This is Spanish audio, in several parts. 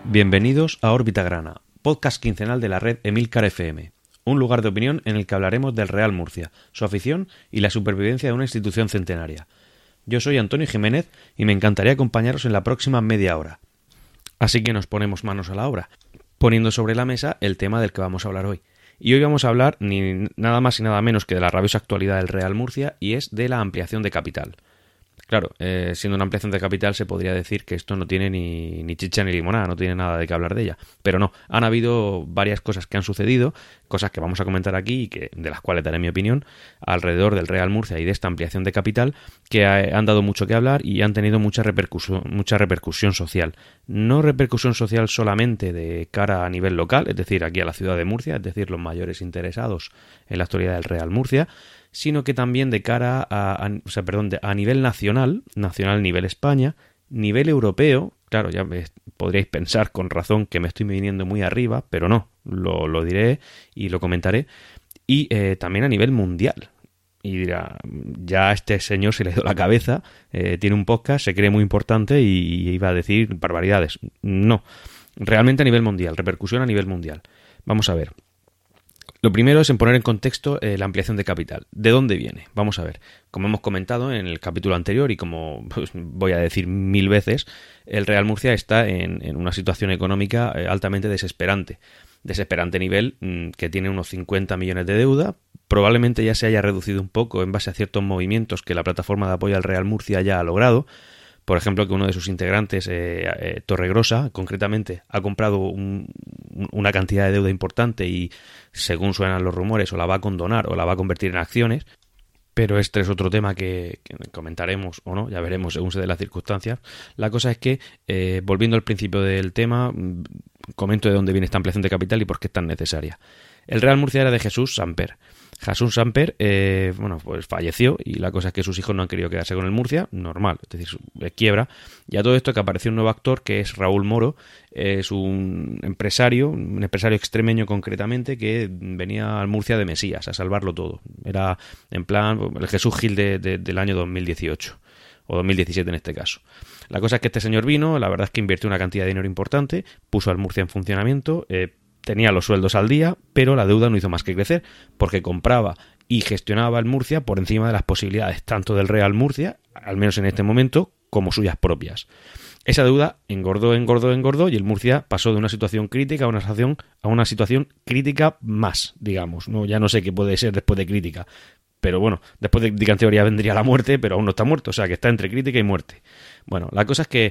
Bienvenidos a Órbita Grana, podcast quincenal de la red Emilcar FM, un lugar de opinión en el que hablaremos del Real Murcia, su afición y la supervivencia de una institución centenaria. Yo soy Antonio Jiménez y me encantaría acompañaros en la próxima media hora. Así que nos ponemos manos a la obra, poniendo sobre la mesa el tema del que vamos a hablar hoy. Y hoy vamos a hablar ni nada más y nada menos que de la rabiosa actualidad del Real Murcia, y es de la ampliación de capital. Claro, siendo una ampliación de capital se podría decir que esto no tiene ni chicha ni limonada, no tiene nada de qué hablar de ella. Pero no, han habido varias cosas que han sucedido, cosas que vamos a comentar aquí y que, de las cuales daré mi opinión, alrededor del Real Murcia y de esta ampliación de capital, que han dado mucho que hablar y han tenido mucha repercusión social. No repercusión social solamente de cara a nivel local, es decir, aquí a la ciudad de Murcia, es decir, los mayores interesados en la actualidad del Real Murcia, sino que también de cara a nivel nacional, nivel España, nivel europeo. Claro, ya podríais pensar con razón que me estoy viniendo muy arriba, pero no, lo diré y lo comentaré, y también a nivel mundial. Y dirá, ya a este señor se le ha ido la cabeza, tiene un podcast, se cree muy importante y iba a decir barbaridades. No, realmente a nivel mundial, repercusión a nivel mundial. Vamos a ver. Lo primero es en poner en contexto la ampliación de capital. ¿De dónde viene? Vamos a ver. Como hemos comentado en el capítulo anterior y como voy a decir 1000 veces, el Real Murcia está en una situación económica altamente desesperante. Desesperante nivel que tiene unos 50 millones de deuda. Probablemente ya se haya reducido un poco en base a ciertos movimientos que la plataforma de apoyo al Real Murcia ya ha logrado. Por ejemplo, que uno de sus integrantes, Torregrosa, concretamente, ha comprado una cantidad de deuda importante y, según suenan los rumores, o la va a condonar o la va a convertir en acciones. Pero este es otro tema que comentaremos o no, ya veremos según se den las circunstancias. La cosa es que, volviendo al principio del tema, comento de dónde viene esta ampliación de capital y por qué es tan necesaria. El Real Murcia era de Jesús Samper. Jesús Samper, pues falleció y la cosa es que sus hijos no han querido quedarse con el Murcia, normal, es decir, quiebra. Y a todo esto que apareció un nuevo actor que es Raúl Moro, es un empresario extremeño concretamente, que venía al Murcia de Mesías, a salvarlo todo. Era en plan el Jesús Gil del año 2018. O 2017 en este caso. La cosa es que este señor vino, la verdad es que invirtió una cantidad de dinero importante, puso al Murcia en funcionamiento, tenía los sueldos al día, pero la deuda no hizo más que crecer, porque compraba y gestionaba el Murcia por encima de las posibilidades tanto del Real Murcia, al menos en este momento, como suyas propias. Esa deuda engordó y el Murcia pasó de una situación crítica a una situación crítica más, digamos. Ya no sé qué puede ser después de crítica. Pero bueno, después de crítica en teoría vendría la muerte, pero aún no está muerto, o sea que está entre crítica y muerte. Bueno, la cosa es que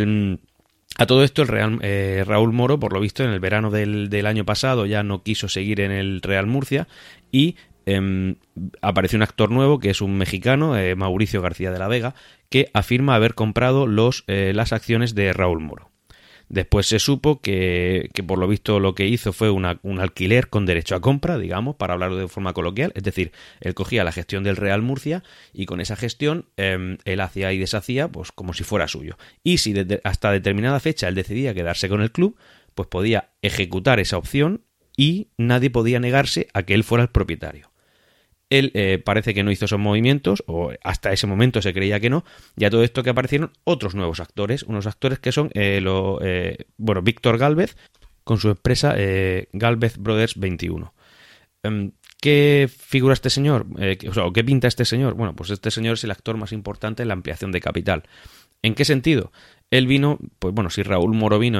a todo esto el Raúl Moro, por lo visto, en el verano del año pasado ya no quiso seguir en el Real Murcia y apareció un actor nuevo que es un mexicano, Mauricio García de la Vega, que afirma haber comprado las acciones de Raúl Moro. Después se supo que por lo visto lo que hizo fue un alquiler con derecho a compra, digamos, para hablarlo de forma coloquial. Es decir, él cogía la gestión del Real Murcia y con esa gestión él hacía y deshacía pues como si fuera suyo. Y si hasta determinada fecha él decidía quedarse con el club, pues podía ejecutar esa opción y nadie podía negarse a que él fuera el propietario. Él parece que no hizo esos movimientos, o hasta ese momento se creía que no, y a todo esto que aparecieron otros nuevos actores, unos actores que son Víctor Gálvez, con su empresa Gálvez Brothers 21. ¿Qué figura este señor? ¿O qué pinta este señor? Bueno, pues este señor es el actor más importante en la ampliación de capital. ¿En qué sentido? Él vino, pues bueno, si Raúl Moro vino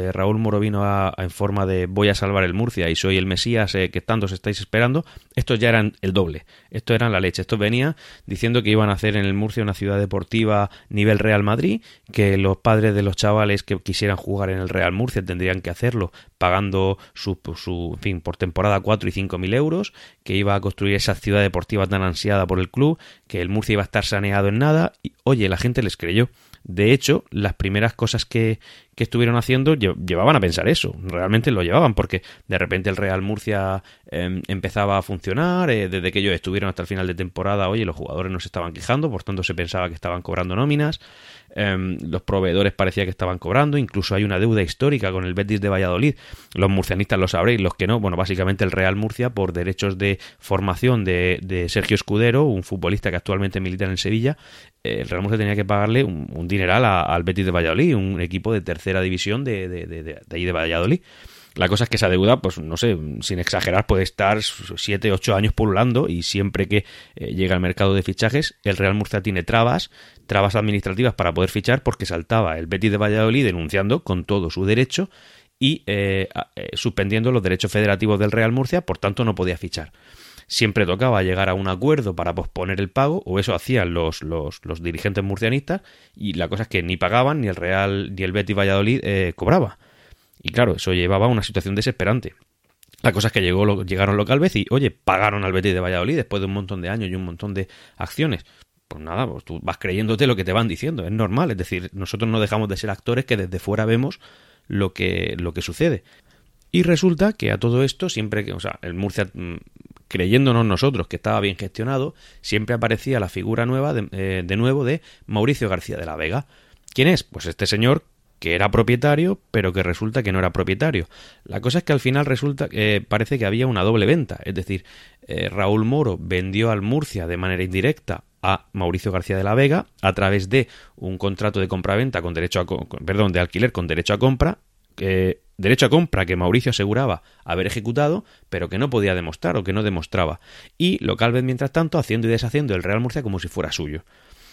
en forma de voy a salvar el Murcia y soy el Mesías que tanto os estáis esperando, estos ya eran el doble, esto eran la leche. Esto venía diciendo que iban a hacer en el Murcia una ciudad deportiva nivel Real Madrid, que los padres de los chavales que quisieran jugar en el Real Murcia tendrían que hacerlo pagando por temporada 4 y 5.000 euros, que iba a construir esa ciudad deportiva tan ansiada por el club, que el Murcia iba a estar saneado en nada, y oye, la gente les creyó. De hecho, las primeras cosas que estuvieron haciendo llevaban a pensar eso, realmente lo llevaban, porque de repente el Real Murcia empezaba a funcionar, desde que ellos estuvieron hasta el final de temporada, oye, los jugadores no se estaban quejando, por tanto se pensaba que estaban cobrando nóminas, los proveedores parecía que estaban cobrando, incluso hay una deuda histórica con el Betis de Valladolid, los murcianistas lo sabréis, los que no, bueno, básicamente el Real Murcia, por derechos de formación de Sergio Escudero, un futbolista que actualmente milita en el Sevilla, el Real Murcia tenía que pagarle un dineral al Betis de Valladolid, un equipo de tercera tercera división de ahí de Valladolid. La cosa es que esa deuda, pues no sé, sin exagerar, puede estar 7, 8 años pululando, y siempre que llega al mercado de fichajes, el Real Murcia tiene trabas administrativas para poder fichar, porque saltaba el Betis de Valladolid denunciando con todo su derecho y suspendiendo los derechos federativos del Real Murcia, por tanto no podía fichar. Siempre tocaba llegar a un acuerdo para posponer el pago, o eso hacían los dirigentes murcianistas, y la cosa es que ni pagaban, ni el Real ni el Betis Valladolid cobraba. Y claro, eso llevaba a una situación desesperante. La cosa es que llegaron los Gálvez y, oye, pagaron al Betis de Valladolid después de un montón de años y un montón de acciones. Pues nada, pues tú vas creyéndote lo que te van diciendo, es normal. Es decir, nosotros no dejamos de ser actores que desde fuera vemos lo que sucede. Y resulta que a todo esto, siempre que, o sea, el Murcia, creyéndonos nosotros que estaba bien gestionado, siempre aparecía la figura nueva de nuevo de Mauricio García de la Vega. ¿Quién es? Pues este señor que era propietario, pero que resulta que no era propietario. La cosa es que al final parece que había una doble venta, es decir, Raúl Moro vendió al Murcia de manera indirecta a Mauricio García de la Vega a través de un contrato de compraventa con derecho de alquiler con derecho a compra, que Mauricio aseguraba haber ejecutado, pero que no podía demostrar o que no demostraba. Y lo Gálvez, mientras tanto, haciendo y deshaciendo el Real Murcia como si fuera suyo.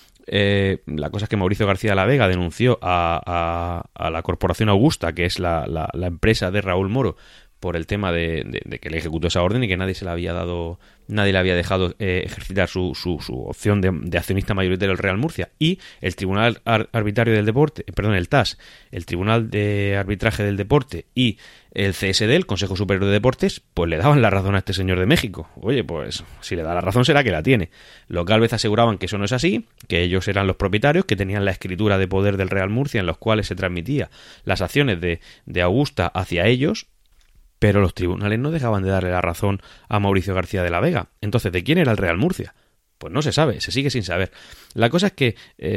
La cosa es que Mauricio García de la Vega denunció a la Corporación Augusta, que es la empresa de Raúl Moro, por el tema de que le ejecutó esa orden y que nadie le había dejado ejercitar su opción de accionista mayoritario del Real Murcia. Y el Tribunal Arbitrario del Deporte, el TAS, el Tribunal de Arbitraje del Deporte y el CSD, el Consejo Superior de Deportes, pues le daban la razón a este señor de México. Oye, pues si le da la razón será que la tiene. Los Gálvez aseguraban que eso no es así, que ellos eran los propietarios, que tenían la escritura de poder del Real Murcia en los cuales se transmitía las acciones de Augusta hacia ellos. Pero los tribunales no dejaban de darle la razón a Mauricio García de la Vega. Entonces, ¿de quién era el Real Murcia? Pues no se sabe, se sigue sin saber. La cosa es que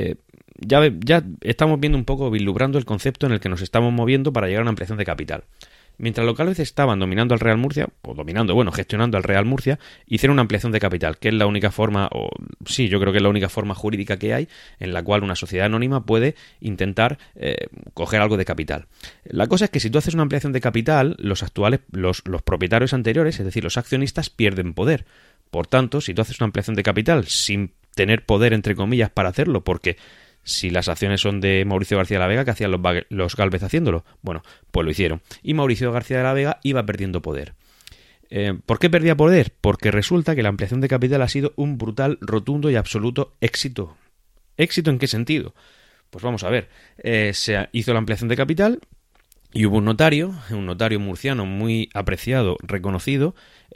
ya estamos viendo un poco, vislumbrando el concepto en el que nos estamos moviendo para llegar a una ampliación de capital. Mientras los Gálvez estaban dominando al Real Murcia, gestionando al Real Murcia, hicieron una ampliación de capital, que es la única forma, yo creo que es la única forma jurídica que hay en la cual una sociedad anónima puede intentar coger algo de capital. La cosa es que si tú haces una ampliación de capital, los propietarios anteriores, es decir, los accionistas, pierden poder. Por tanto, si tú haces una ampliación de capital sin tener poder, entre comillas, para hacerlo, porque si las acciones son de Mauricio García de la Vega, ¿qué hacían los Gálvez haciéndolo? Bueno, pues lo hicieron. Y Mauricio García de la Vega iba perdiendo poder. ¿Por qué perdía poder? Porque resulta que la ampliación de capital ha sido un brutal, rotundo y absoluto éxito. ¿Éxito en qué sentido? Pues vamos a ver. Se hizo la ampliación de capital y hubo un notario murciano muy apreciado, reconocido,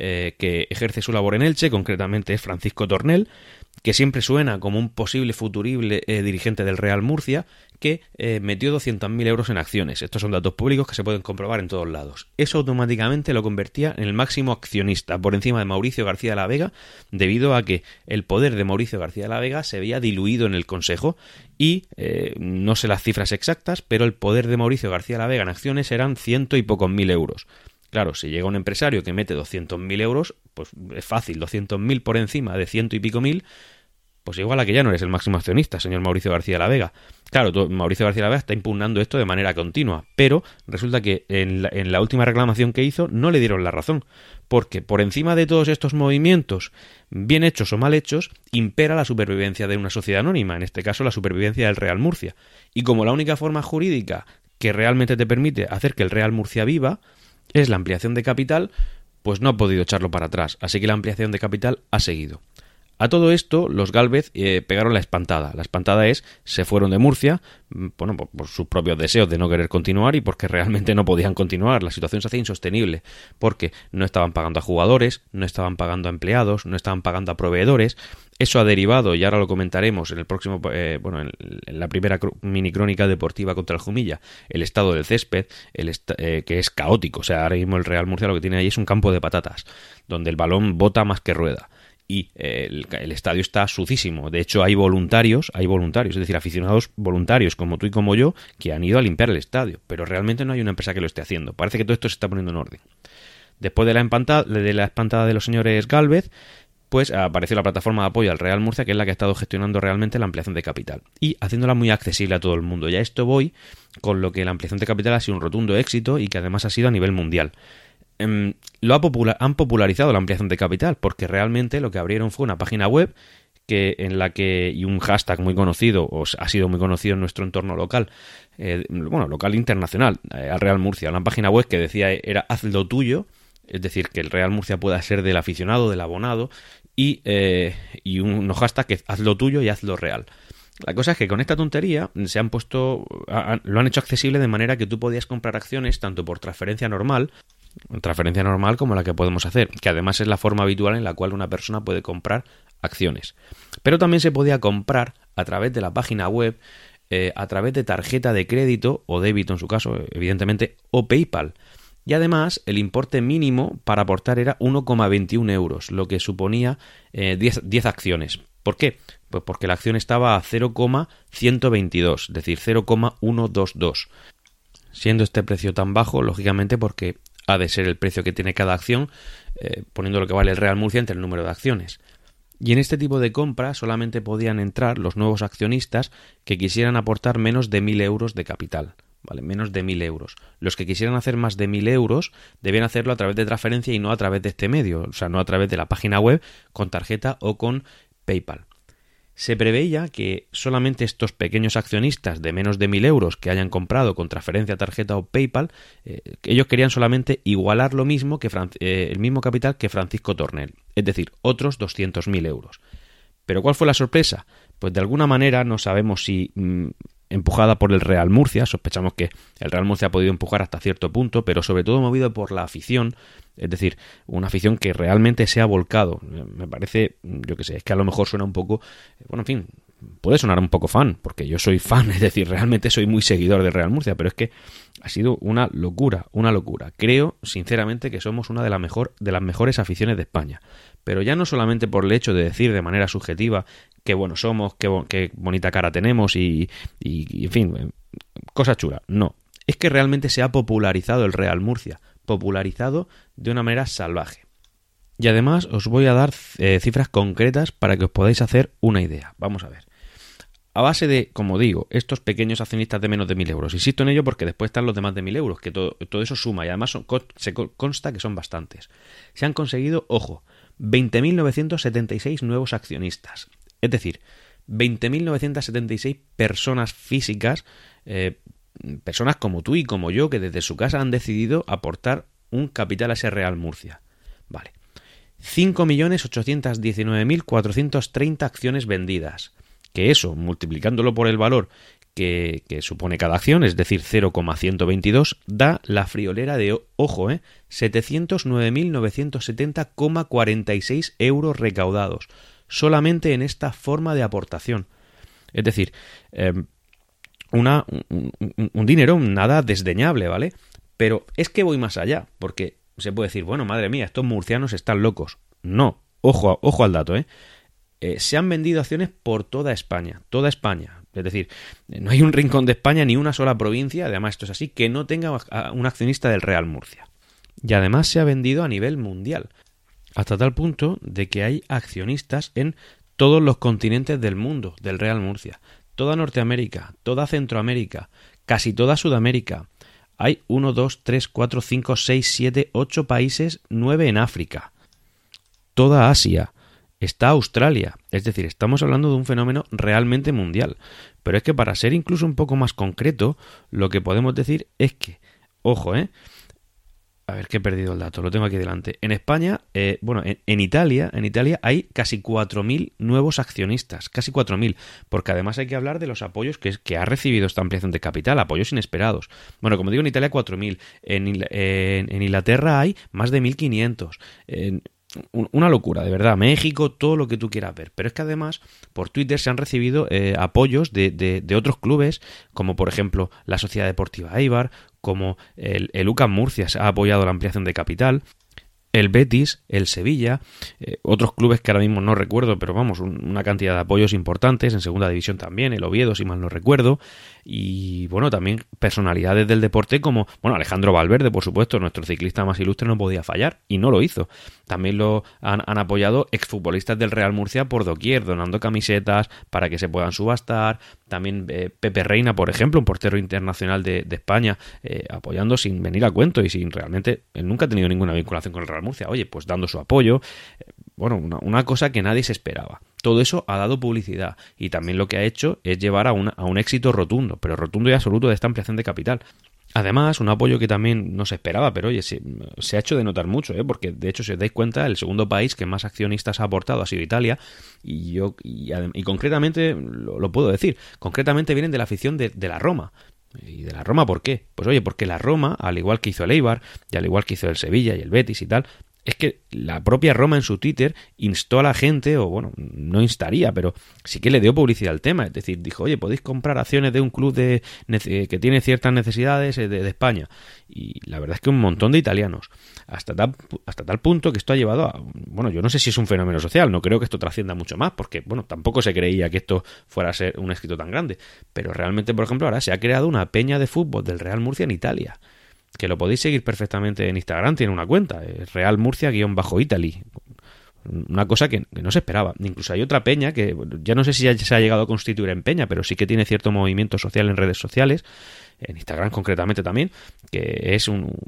que ejerce su labor en Elche, concretamente es Francisco Tornel, que siempre suena como un posible futurible dirigente del Real Murcia, que metió 200.000 euros en acciones. Estos son datos públicos que se pueden comprobar en todos lados. Eso automáticamente lo convertía en el máximo accionista, por encima de Mauricio García de la Vega, debido a que el poder de Mauricio García de la Vega se veía diluido en el Consejo y, no sé las cifras exactas, pero el poder de Mauricio García de la Vega en acciones eran 100 y pocos mil euros. Claro, si llega un empresario que mete 200.000 euros, pues es fácil, 200.000 por encima de 100 y pico mil, pues igual a que ya no eres el máximo accionista, señor Mauricio García de la Vega. Claro, Mauricio García de la Vega está impugnando esto de manera continua, pero resulta que en la última reclamación que hizo no le dieron la razón, porque por encima de todos estos movimientos, bien hechos o mal hechos, impera la supervivencia de una sociedad anónima, en este caso la supervivencia del Real Murcia. Y como la única forma jurídica que realmente te permite hacer que el Real Murcia viva es la ampliación de capital, pues no ha podido echarlo para atrás, así que la ampliación de capital ha seguido. A todo esto, los Gálvez pegaron la espantada. La espantada se fueron de Murcia, bueno, por sus propios deseos de no querer continuar y porque realmente no podían continuar. La situación se hacía insostenible, porque no estaban pagando a jugadores, no estaban pagando a empleados, no estaban pagando a proveedores. Eso ha derivado, y ahora lo comentaremos en el próximo, en la primera mini crónica deportiva contra el Jumilla, el estado del césped, que es caótico. O sea, ahora mismo el Real Murcia lo que tiene ahí es un campo de patatas, donde el balón bota más que rueda. Y el estadio está sucísimo. De hecho hay voluntarios, es decir, aficionados voluntarios como tú y como yo, que han ido a limpiar el estadio, pero realmente no hay una empresa que lo esté haciendo. Parece que todo esto se está poniendo en orden. Después de la espantada de los señores Gálvez, después apareció la plataforma de apoyo al Real Murcia, que es la que ha estado gestionando realmente la ampliación de capital y haciéndola muy accesible a todo el mundo. Y a esto voy con lo que la ampliación de capital ha sido un rotundo éxito y que además ha sido a nivel mundial. Han popularizado la ampliación de capital porque realmente lo que abrieron fue una página web y un hashtag muy conocido, ha sido muy conocido en nuestro entorno local, local internacional, al Real Murcia. Una página web que decía era haz lo tuyo, es decir, que el Real Murcia pueda ser del aficionado, del abonado, y unos hashtags que haz lo tuyo y haz lo real. La cosa es que con esta tontería lo han hecho accesible de manera que tú podías comprar acciones tanto por transferencia normal como la que podemos hacer, que además es la forma habitual en la cual una persona puede comprar acciones. Pero también se podía comprar a través de la página web, a través de tarjeta de crédito o débito en su caso, evidentemente, o PayPal. Y además el importe mínimo para aportar era 1,21 euros, lo que suponía 10 acciones. ¿Por qué? Pues porque la acción estaba a 0,122, es decir, 0,122. Siendo este precio tan bajo, lógicamente porque ha de ser el precio que tiene cada acción, poniendo lo que vale el Real Murcia entre el número de acciones. Y en este tipo de compra solamente podían entrar los nuevos accionistas que quisieran aportar menos de 1.000 euros de capital. ¿Vale? Menos de 1.000 euros. Los que quisieran hacer más de 1.000 euros debían hacerlo a través de transferencia y no a través de este medio, o sea, no a través de la página web, con tarjeta o con PayPal. Se preveía que solamente estos pequeños accionistas de menos de 1.000 euros que hayan comprado con transferencia, tarjeta o PayPal, ellos querían solamente igualar lo mismo que el mismo capital que Francisco Tornel, es decir, otros 200.000 euros. ¿Pero cuál fue la sorpresa? Pues de alguna manera no sabemos si empujada por el Real Murcia, sospechamos que el Real Murcia ha podido empujar hasta cierto punto, pero sobre todo movido por la afición, es decir, una afición que realmente se ha volcado. Me parece, yo qué sé, es que a lo mejor suena un poco, en fin, puede sonar un poco fan, porque yo soy fan, es decir, realmente soy muy seguidor del Real Murcia, pero es que ha sido una locura, una locura. Creo, sinceramente, que somos una de las mejores aficiones de España, pero ya no solamente por el hecho de decir de manera subjetiva qué buenos somos, qué bonita cara tenemos y en fin, cosa chula. No, es que realmente se ha popularizado el Real Murcia, popularizado de una manera salvaje. Y además os voy a dar cifras concretas para que os podáis hacer una idea. Vamos a ver. A base de, como digo, estos pequeños accionistas de menos de 1.000 euros. Insisto en ello porque después están los demás de 1.000 euros, que todo eso suma y además se consta que son bastantes. Se han conseguido, ojo, 20.976 nuevos accionistas. Es decir, 20.976 personas físicas, personas como tú y como yo, que desde su casa han decidido aportar un capital a ese Real Murcia. Vale. 5.819.430 acciones vendidas. Que eso, multiplicándolo por el valor que supone cada acción, es decir, 0,122, da la friolera de, ojo, 709.970,46 euros recaudados, solamente en esta forma de aportación. Es decir, un dinero nada desdeñable, ¿vale? Pero es que voy más allá, porque se puede decir, bueno, madre mía, estos murcianos están locos. No, ojo al dato, se han vendido acciones por toda España. Es decir, no hay un rincón de España ni una sola provincia, además esto es así, que no tenga un accionista del Real Murcia. Y además se ha vendido a nivel mundial, hasta tal punto de que hay accionistas en todos los continentes del mundo del Real Murcia. Toda Norteamérica, toda Centroamérica, casi toda Sudamérica. Hay 1, 2, 3, 4, 5, 6, 7, 8 países, 9 en África. Toda Asia. Está Australia, es decir, estamos hablando de un fenómeno realmente mundial. Pero es que para ser incluso un poco más concreto, lo que podemos decir es que, ojo, a ver que he perdido el dato, lo tengo aquí delante. En España, en Italia hay casi 4.000 nuevos accionistas, casi 4.000, porque además hay que hablar de los apoyos que ha recibido esta ampliación de capital, apoyos inesperados. Bueno, como digo, en Italia 4.000, en Inglaterra hay más de 1.500, una locura, de verdad. México, todo lo que tú quieras ver. Pero es que además por Twitter se han recibido apoyos de otros clubes, como por ejemplo la Sociedad Deportiva Eibar, como el UCAM Murcia se ha apoyado la ampliación de capital. el Betis, el Sevilla, otros clubes que ahora mismo no recuerdo, pero vamos, una cantidad de apoyos importantes, en segunda división también, el Oviedo, si mal no recuerdo, y bueno, también personalidades del deporte como, bueno, Alejandro Valverde, por supuesto, nuestro ciclista más ilustre, no podía fallar, y no lo hizo. También lo han apoyado exfutbolistas del Real Murcia por doquier, donando camisetas para que se puedan subastar. También Pepe Reina, por ejemplo, un portero internacional de España, apoyando sin venir a cuento y sin realmente, él nunca ha tenido ninguna vinculación con el Real Murcia, oye, pues dando su apoyo, bueno, una cosa que nadie se esperaba. Todo eso ha dado publicidad y también lo que ha hecho es llevar a un éxito rotundo, pero rotundo y absoluto de esta ampliación de capital. Además, un apoyo que también no se esperaba, pero oye, se ha hecho de notar mucho, porque de hecho, si os dais cuenta, el segundo país que más accionistas ha aportado ha sido Italia, y concretamente, lo puedo decir, concretamente vienen de la afición de la Roma. ¿Y de la Roma por qué? Pues oye, porque la Roma, al igual que hizo el Eibar, y al igual que hizo el Sevilla y el Betis y tal, es que la propia Roma en su Twitter instó a la gente, o bueno, no instaría, pero sí que le dio publicidad al tema. Es decir, dijo, oye, podéis comprar acciones de un club que tiene ciertas necesidades de España. Y la verdad es que un montón de italianos. Hasta tal punto que esto ha llevado a... Bueno, yo no sé si es un fenómeno social, no creo que esto trascienda mucho más, porque, bueno, tampoco se creía que esto fuera a ser un éxito tan grande. Pero realmente, por ejemplo, ahora se ha creado una peña de fútbol del Real Murcia en Italia, que lo podéis seguir perfectamente en Instagram, tiene una cuenta, Real Murcia-Italy. Una cosa que no se esperaba. Incluso hay otra peña que ya no sé si ya se ha llegado a constituir en peña, pero sí que tiene cierto movimiento social en redes sociales, en Instagram concretamente también, que es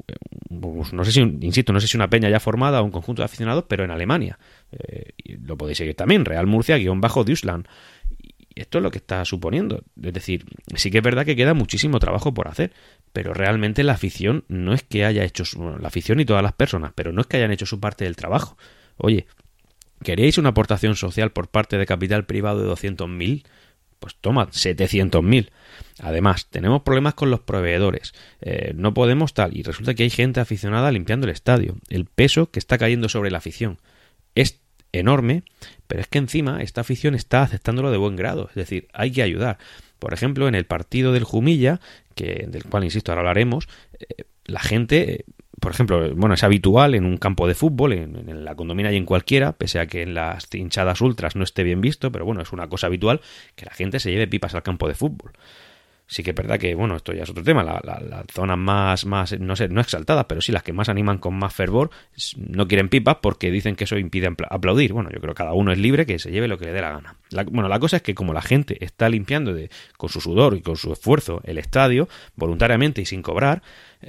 no sé si una peña ya formada o un conjunto de aficionados, pero en Alemania. Y lo podéis seguir también, Real Murcia-Deutschland. Esto es lo que está suponiendo. Es decir, sí que es verdad que queda muchísimo trabajo por hacer, pero realmente la afición no es que haya hecho la afición y todas las personas, pero no es que hayan hecho su parte del trabajo. Oye, ¿queréis una aportación social por parte de capital privado de 200.000? Pues toma, 700.000. Además, tenemos problemas con los proveedores. No podemos tal. Y resulta que hay gente aficionada limpiando el estadio. El peso que está cayendo sobre la afición es enorme, pero es que encima esta afición está aceptándolo de buen grado, es decir, hay que ayudar. Por ejemplo, en el partido del Jumilla, del cual, insisto, ahora hablaremos, la gente, por ejemplo, bueno, es habitual en un campo de fútbol, en la Condomina y en cualquiera, pese a que en las hinchadas ultras no esté bien visto, pero bueno, es una cosa habitual que la gente se lleve pipas al campo de fútbol. Sí que es verdad que, bueno, esto ya es otro tema, las zonas más, no sé, no exaltadas, pero sí las que más animan con más fervor, no quieren pipas porque dicen que eso impide aplaudir. Bueno, yo creo que cada uno es libre que se lleve lo que le dé la gana. La cosa es que como la gente está limpiando con su sudor y con su esfuerzo el estadio, voluntariamente y sin cobrar,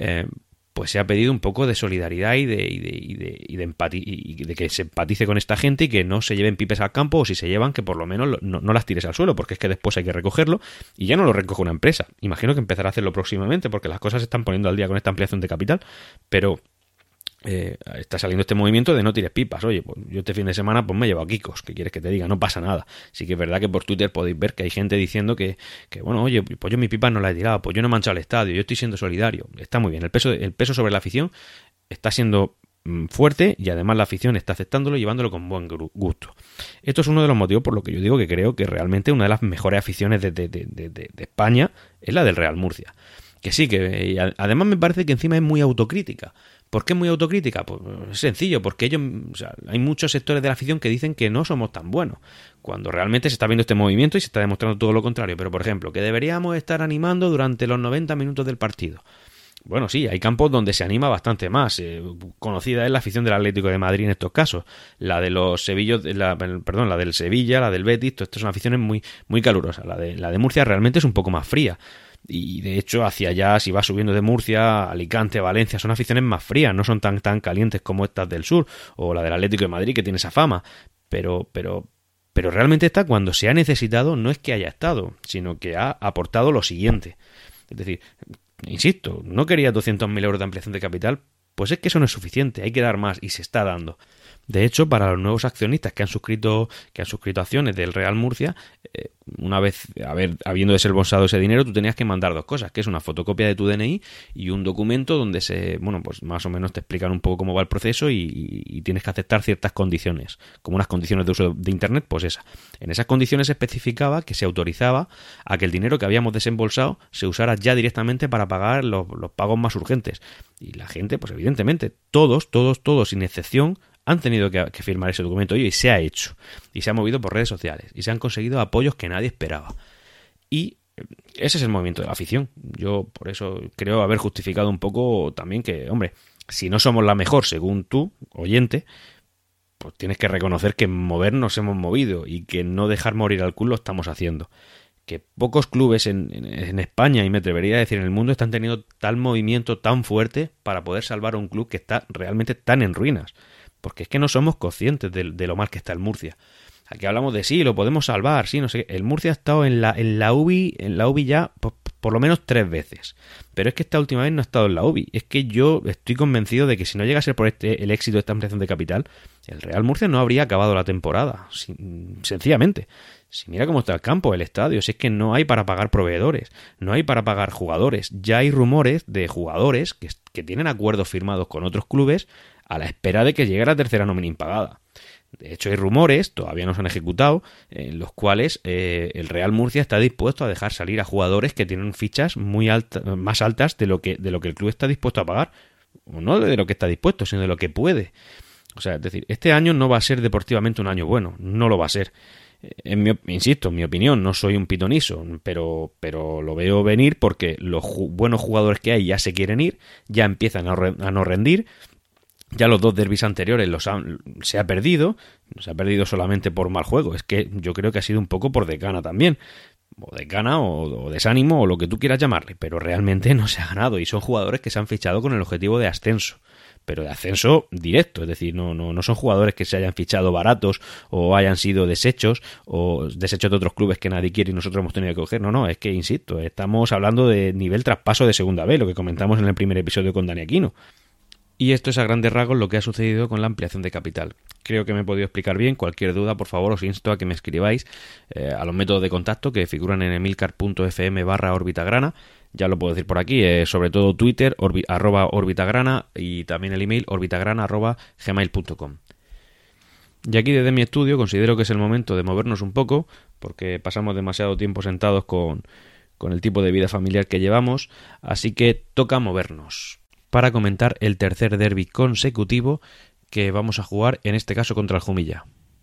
pues se ha pedido un poco de solidaridad y de empatía, y de que se empatice con esta gente y que no se lleven pipes al campo, o si se llevan, que por lo menos no las tires al suelo, porque es que después hay que recogerlo y ya no lo recoge una empresa. Imagino que empezará a hacerlo próximamente porque las cosas se están poniendo al día con esta ampliación de capital, pero está saliendo este movimiento de no tires pipas. Oye, pues yo este fin de semana pues me he llevado Kikos, ¿qué quieres que te diga? No pasa nada. Sí que es verdad que por Twitter podéis ver que hay gente diciendo que bueno, oye, pues yo mi pipa no la he tirado, pues yo no he manchado el estadio, yo estoy siendo solidario. Está muy bien, el peso sobre la afición está siendo fuerte y además la afición está aceptándolo y llevándolo con buen gusto. Esto es uno de los motivos por los que yo digo que creo que realmente una de las mejores aficiones de España es la del Real Murcia. Que sí, que además me parece que encima es muy autocrítica. ¿Por qué muy autocrítica? Pues es sencillo, porque hay muchos sectores de la afición que dicen que no somos tan buenos, cuando realmente se está viendo este movimiento y se está demostrando todo lo contrario. Pero, por ejemplo, que deberíamos estar animando durante los 90 minutos del partido. Bueno, sí, hay campos donde se anima bastante más. Conocida es la afición del Atlético de Madrid en estos casos. La de los Sevillos, la del Sevilla, la del Betis, todas estas son aficiones muy, muy calurosas. La de Murcia realmente es un poco más fría. Y de hecho, hacia allá, si vas subiendo de Murcia, Alicante, Valencia, son aficiones más frías, no son tan calientes como estas del sur, o la del Atlético de Madrid, que tiene esa fama. Pero realmente esta, cuando se ha necesitado, no es que haya estado, sino que ha aportado lo siguiente. Es decir, insisto, no quería 200.000 euros de ampliación de capital, pues es que eso no es suficiente, hay que dar más, y se está dando. De hecho, para los nuevos accionistas que han suscrito acciones del Real Murcia, una vez habiendo desembolsado ese dinero, tú tenías que mandar dos cosas, que es una fotocopia de tu DNI y un documento donde pues más o menos te explican un poco cómo va el proceso y tienes que aceptar ciertas condiciones, como unas condiciones de uso de Internet, pues esa. En esas condiciones se especificaba que se autorizaba a que el dinero que habíamos desembolsado se usara ya directamente para pagar los pagos más urgentes. Y la gente, pues evidentemente, todos, sin excepción, han tenido que firmar ese documento y se ha hecho. Y se ha movido por redes sociales. Y se han conseguido apoyos que nadie esperaba. Y ese es el movimiento de la afición. Yo por eso creo haber justificado un poco también que, hombre, si no somos la mejor según tú, oyente, pues tienes que reconocer que movernos hemos movido y que no dejar morir al club lo estamos haciendo. Que pocos clubes en España, y me atrevería a decir en el mundo, están teniendo tal movimiento tan fuerte para poder salvar a un club que está realmente tan en ruinas. Porque es que no somos conscientes de lo mal que está el Murcia. Aquí hablamos de sí, lo podemos salvar, sí, no sé qué. El Murcia ha estado en la UBI ya por lo menos 3 veces. Pero es que esta última vez no ha estado en la UBI. Es que yo estoy convencido de que si no llega a ser por el éxito de esta ampliación de capital, el Real Murcia no habría acabado la temporada. Sencillamente. Si mira cómo está el campo, el estadio, si es que no hay para pagar proveedores, no hay para pagar jugadores. Ya hay rumores de jugadores que tienen acuerdos firmados con otros clubes a la espera de que llegue la tercera nómina impagada. De hecho, hay rumores, todavía no se han ejecutado, en los cuales el Real Murcia está dispuesto a dejar salir a jugadores que tienen fichas más altas de lo que el club está dispuesto a pagar. O no de lo que está dispuesto, sino de lo que puede. O sea, es decir, este año no va a ser deportivamente un año bueno, no lo va a ser. Insisto, en mi opinión, no soy un pitoniso, pero lo veo venir porque los buenos jugadores que hay ya se quieren ir, ya empiezan a no rendir. Ya los 2 derbis anteriores se ha perdido solamente por mal juego, es que yo creo que ha sido un poco por decana también, o decana o desánimo o lo que tú quieras llamarle, pero realmente no se ha ganado y son jugadores que se han fichado con el objetivo de ascenso, pero de ascenso directo, es decir, no son jugadores que se hayan fichado baratos o hayan sido desechos de otros clubes que nadie quiere y nosotros hemos tenido que coger, no, es que insisto, estamos hablando de nivel traspaso de segunda B, lo que comentamos en el primer episodio con Dani Aquino. Y esto es a grandes rasgos lo que ha sucedido con la ampliación de capital. Creo que me he podido explicar bien. Cualquier duda, por favor, os insto a que me escribáis a los métodos de contacto que figuran en emilcar.fm/orbitagrana. Ya lo puedo decir por aquí, sobre todo Twitter, @orbitagrana y también el email orbitagrana@gmail.com. Y aquí desde mi estudio considero que es el momento de movernos un poco, porque pasamos demasiado tiempo sentados con el tipo de vida familiar que llevamos, así que toca movernos para comentar el tercer derbi consecutivo que vamos a jugar, en este caso contra el Jumilla.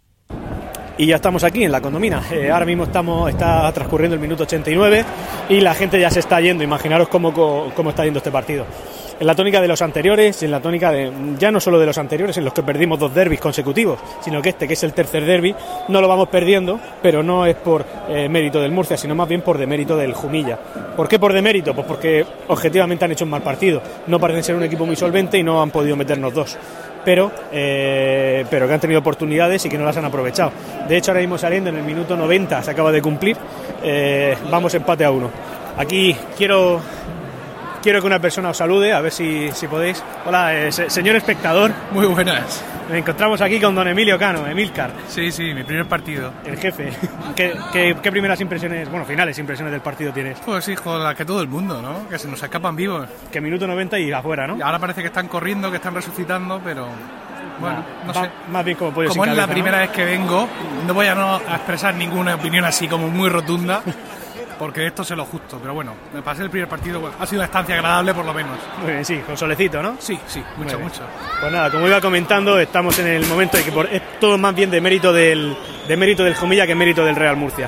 Y ya estamos aquí en la Condomina. Ahora mismo está transcurriendo el minuto 89 y la gente ya se está yendo. Imaginaros cómo está yendo este partido. En la tónica de los anteriores, en la tónica ya no solo de los anteriores, en los que perdimos 2 derbis consecutivos, sino que que es el tercer derbi, no lo vamos perdiendo, pero no es por mérito del Murcia, sino más bien por demérito del Jumilla. ¿Por qué por demérito? Pues porque objetivamente han hecho un mal partido. No parecen ser un equipo muy solvente y no han podido meternos 2. Pero que han tenido oportunidades y que no las han aprovechado. De hecho, ahora mismo saliendo en el minuto 90, se acaba de cumplir, vamos empate a 1. Aquí quiero que una persona os salude, a ver si podéis. Hola, señor espectador. Muy buenas. Nos encontramos aquí con don Emilio Cano, Emilcar. Sí, mi primer partido. El jefe. ¿Qué primeras impresiones, finales impresiones del partido tienes? Pues hijo, la que todo el mundo, ¿no? Que se nos escapan vivos. Que minuto 90 y afuera, ¿no? Y ahora parece que están corriendo, que están resucitando, pero bueno, no sé. Más bien como pollo sin cabeza. Como es la primera vez que vengo, no voy a expresar ninguna opinión así como muy rotunda, porque esto es lo justo, pero bueno, me pasé el primer partido, bueno, ha sido una estancia agradable por lo menos. Muy bien, sí, con solecito, ¿no? Sí, mucho. Pues nada, como iba comentando, estamos en el momento de que es todo más bien de mérito del Jumilla que mérito del Real Murcia.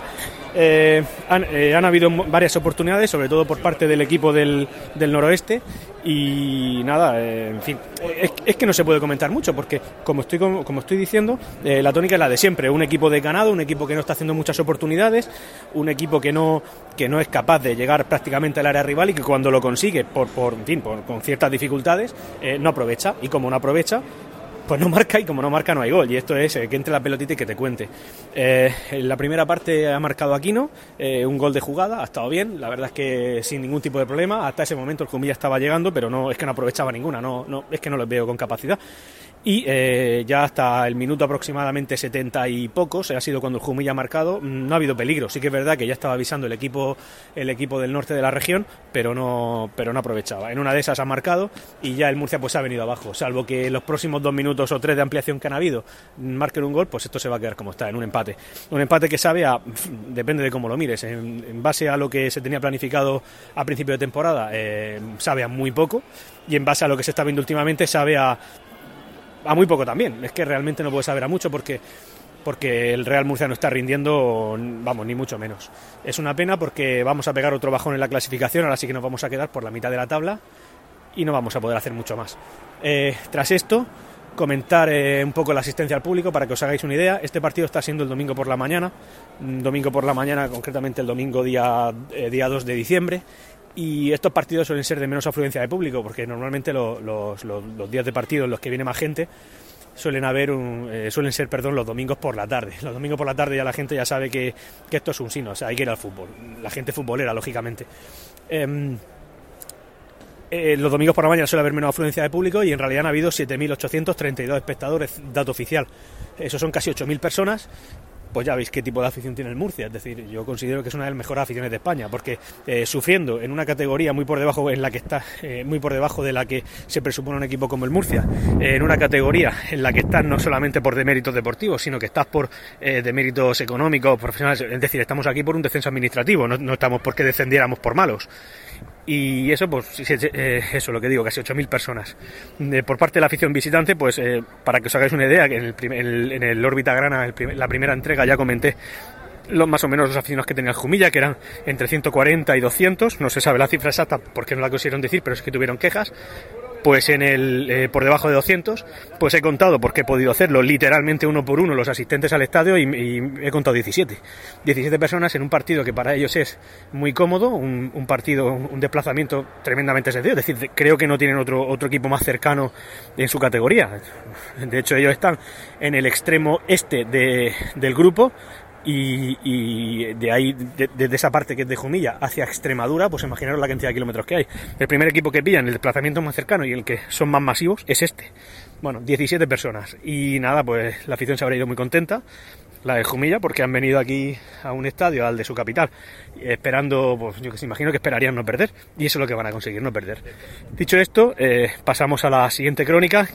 Han habido varias oportunidades, sobre todo por parte del equipo del noroeste, y nada, en fin, es que no se puede comentar mucho porque, como estoy diciendo, la tónica es la de siempre: un equipo desganado, un equipo que no está haciendo muchas oportunidades, un equipo que no es capaz de llegar prácticamente al área rival y que cuando lo consigue con ciertas dificultades no aprovecha, y como no aprovecha, pues no marca, y como no marca no hay gol, y esto es que entre la pelotita y que te cuente. En la primera parte ha marcado Aquino, un gol de jugada, ha estado bien, la verdad es que sin ningún tipo de problema. Hasta ese momento el Jumilla estaba llegando, pero no es que no aprovechaba ninguna, no es que no los veo con capacidad. y ya hasta el minuto aproximadamente 70 y pocos, ha sido cuando el Jumilla ha marcado, no ha habido peligro. Sí que es verdad que ya estaba avisando el equipo del norte de la región, pero no aprovechaba. En una de esas ha marcado y ya el Murcia pues ha venido abajo, salvo que en los próximos 2 minutos o 3 de ampliación que han habido marquen un gol, pues esto se va a quedar como está, en un empate que sabe a, depende de cómo lo mires, en base a lo que se tenía planificado a principio de temporada, sabe a muy poco, y en base a lo que se está viendo últimamente sabe a muy poco también. Es que realmente no puede saber a mucho porque el Real Murcia no está rindiendo, vamos, ni mucho menos. Es una pena porque vamos a pegar otro bajón en la clasificación, ahora sí que nos vamos a quedar por la mitad de la tabla y no vamos a poder hacer mucho más. Tras esto, comentar un poco la asistencia al público para que os hagáis una idea. Este partido está siendo el domingo por la mañana, concretamente el domingo día 2 de diciembre. Y estos partidos suelen ser de menos afluencia de público, porque normalmente los días de partido en los que viene más gente suelen ser los domingos por la tarde. Los domingos por la tarde ya la gente ya sabe que esto es un sino, o sea, hay que ir al fútbol. La gente futbolera, lógicamente. Los domingos por la mañana suele haber menos afluencia de público y en realidad han habido 7.832 espectadores, dato oficial. Eso son casi 8.000 personas. Pues ya veis qué tipo de afición tiene el Murcia. Es decir, yo considero que es una de las mejores aficiones de España, porque sufriendo en una categoría muy por debajo en la que está, muy por debajo de la que se presupone un equipo como el Murcia, en una categoría en la que estás no solamente por deméritos deportivos, sino que estás por deméritos económicos, profesionales. Es decir, estamos aquí por un descenso administrativo, no estamos porque descendiéramos por malos. Y eso, pues, eso lo que digo, casi 8.000 personas. Por parte de la afición visitante, pues, para que os hagáis una idea, que en el Órbita Grana, la primera entrega, ya comenté más o menos los aficionados que tenía el Jumilla, que eran entre 140 y 200, no se sabe la cifra exacta porque no la quisieron decir, pero es que tuvieron quejas. Pues por debajo de 200, pues he contado, porque he podido hacerlo literalmente uno por uno, los asistentes al estadio, y he contado 17 personas en un partido que para ellos es muy cómodo, un partido, un desplazamiento tremendamente sencillo. Es decir, creo que no tienen otro equipo más cercano en su categoría. De hecho, ellos están en el extremo este del grupo. Y de ahí, desde esa parte que es de Jumilla hacia Extremadura, pues imaginaros la cantidad de kilómetros que hay. El primer equipo que pillan, el desplazamiento más cercano y el que son más masivos, es este. Bueno, 17 personas. Y nada, pues la afición se habrá ido muy contenta, la de Jumilla, porque han venido aquí a un estadio, al de su capital, esperando, pues yo que imagino que esperarían no perder. Y eso es lo que van a conseguir, no perder. Dicho esto, pasamos a la siguiente crónica.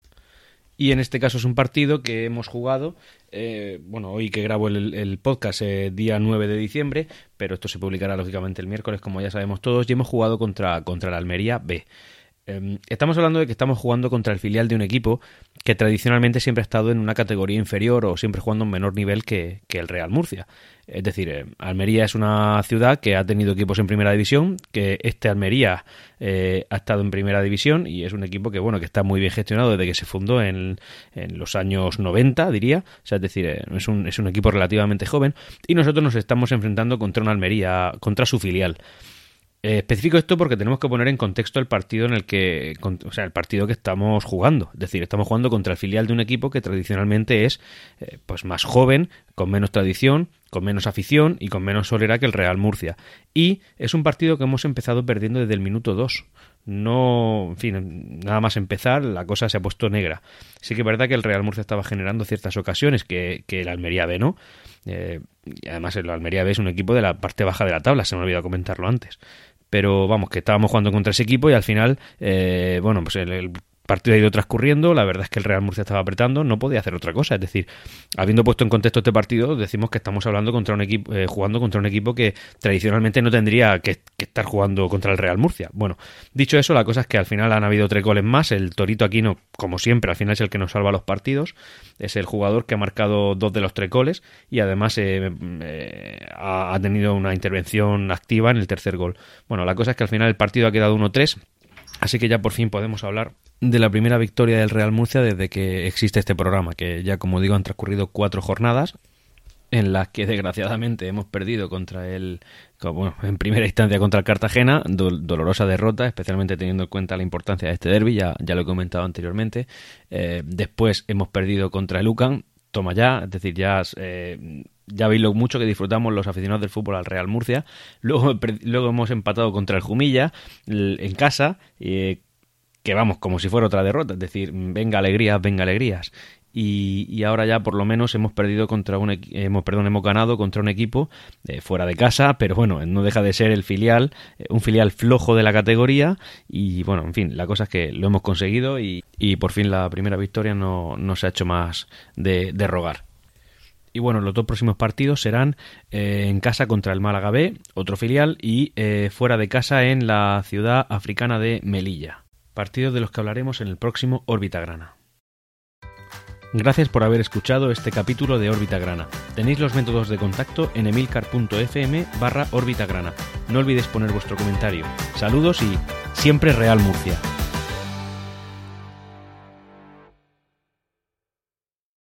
Y en este caso es un partido que hemos jugado, hoy que grabo el podcast, día 9 de diciembre, pero esto se publicará lógicamente el miércoles, como ya sabemos todos, y hemos jugado contra el Almería B. Estamos hablando de que estamos jugando contra el filial de un equipo que tradicionalmente siempre ha estado en una categoría inferior o siempre jugando a un menor nivel que el Real Murcia. Es decir, Almería es una ciudad que ha tenido equipos en primera división, que Almería ha estado en primera división y es un equipo que está muy bien gestionado desde que se fundó en los años 90, diría. O sea, es decir, es un equipo relativamente joven y nosotros nos estamos enfrentando contra una Almería, contra su filial. Especifico esto porque tenemos que poner en contexto el partido el partido que estamos jugando. Es decir, estamos jugando contra el filial de un equipo que tradicionalmente es pues más joven, con menos tradición, con menos afición y con menos solera que el Real Murcia. Y es un partido que hemos empezado perdiendo desde el minuto 2. No, en fin, nada más empezar la cosa se ha puesto negra. Sí que es verdad que el Real Murcia estaba generando ciertas ocasiones que el Almería B no. Y además el Almería B es un equipo de la parte baja de la tabla, se me ha olvidado comentarlo antes. Pero vamos, que estábamos jugando contra ese equipo y al final, pues el partido ha ido transcurriendo. La verdad es que el Real Murcia estaba apretando, no podía hacer otra cosa. Es decir, habiendo puesto en contexto este partido, decimos que estamos hablando contra un equipo, jugando contra un equipo que tradicionalmente no tendría que estar jugando contra el Real Murcia. Bueno, dicho eso, la cosa es que al final han habido 3 goles más. El Torito Aquino, como siempre, al final es el que nos salva los partidos. Es el jugador que ha marcado 2 de los 3 goles y además ha tenido una intervención activa en el tercer gol. Bueno, la cosa es que al final el partido ha quedado 1-3. Así que ya por fin podemos hablar de la primera victoria del Real Murcia desde que existe este programa, que ya, como digo, han transcurrido 4 jornadas en las que desgraciadamente hemos perdido en primera instancia contra el Cartagena, dolorosa derrota, especialmente teniendo en cuenta la importancia de este derbi, ya lo he comentado anteriormente. Después hemos perdido contra el UCAM, toma ya, es decir, ya veis lo mucho que disfrutamos los aficionados del fútbol al Real Murcia. Luego hemos empatado contra el Jumilla en casa, que vamos, como si fuera otra derrota, es decir, venga alegrías. Y ahora ya por lo menos hemos ganado contra un equipo fuera de casa, pero bueno, no deja de ser el filial, un filial flojo de la categoría, y bueno, en fin, la cosa es que lo hemos conseguido y por fin la primera victoria no se ha hecho más de rogar. Y bueno, los 2 próximos partidos serán en casa contra el Málaga B, otro filial, y fuera de casa en la ciudad africana de Melilla. Partidos de los que hablaremos en el próximo Órbita Grana. Gracias por haber escuchado este capítulo de Órbita Grana. Tenéis los métodos de contacto en emilcar.fm/Órbita Grana. No olvidéis poner vuestro comentario. Saludos y siempre Real Murcia.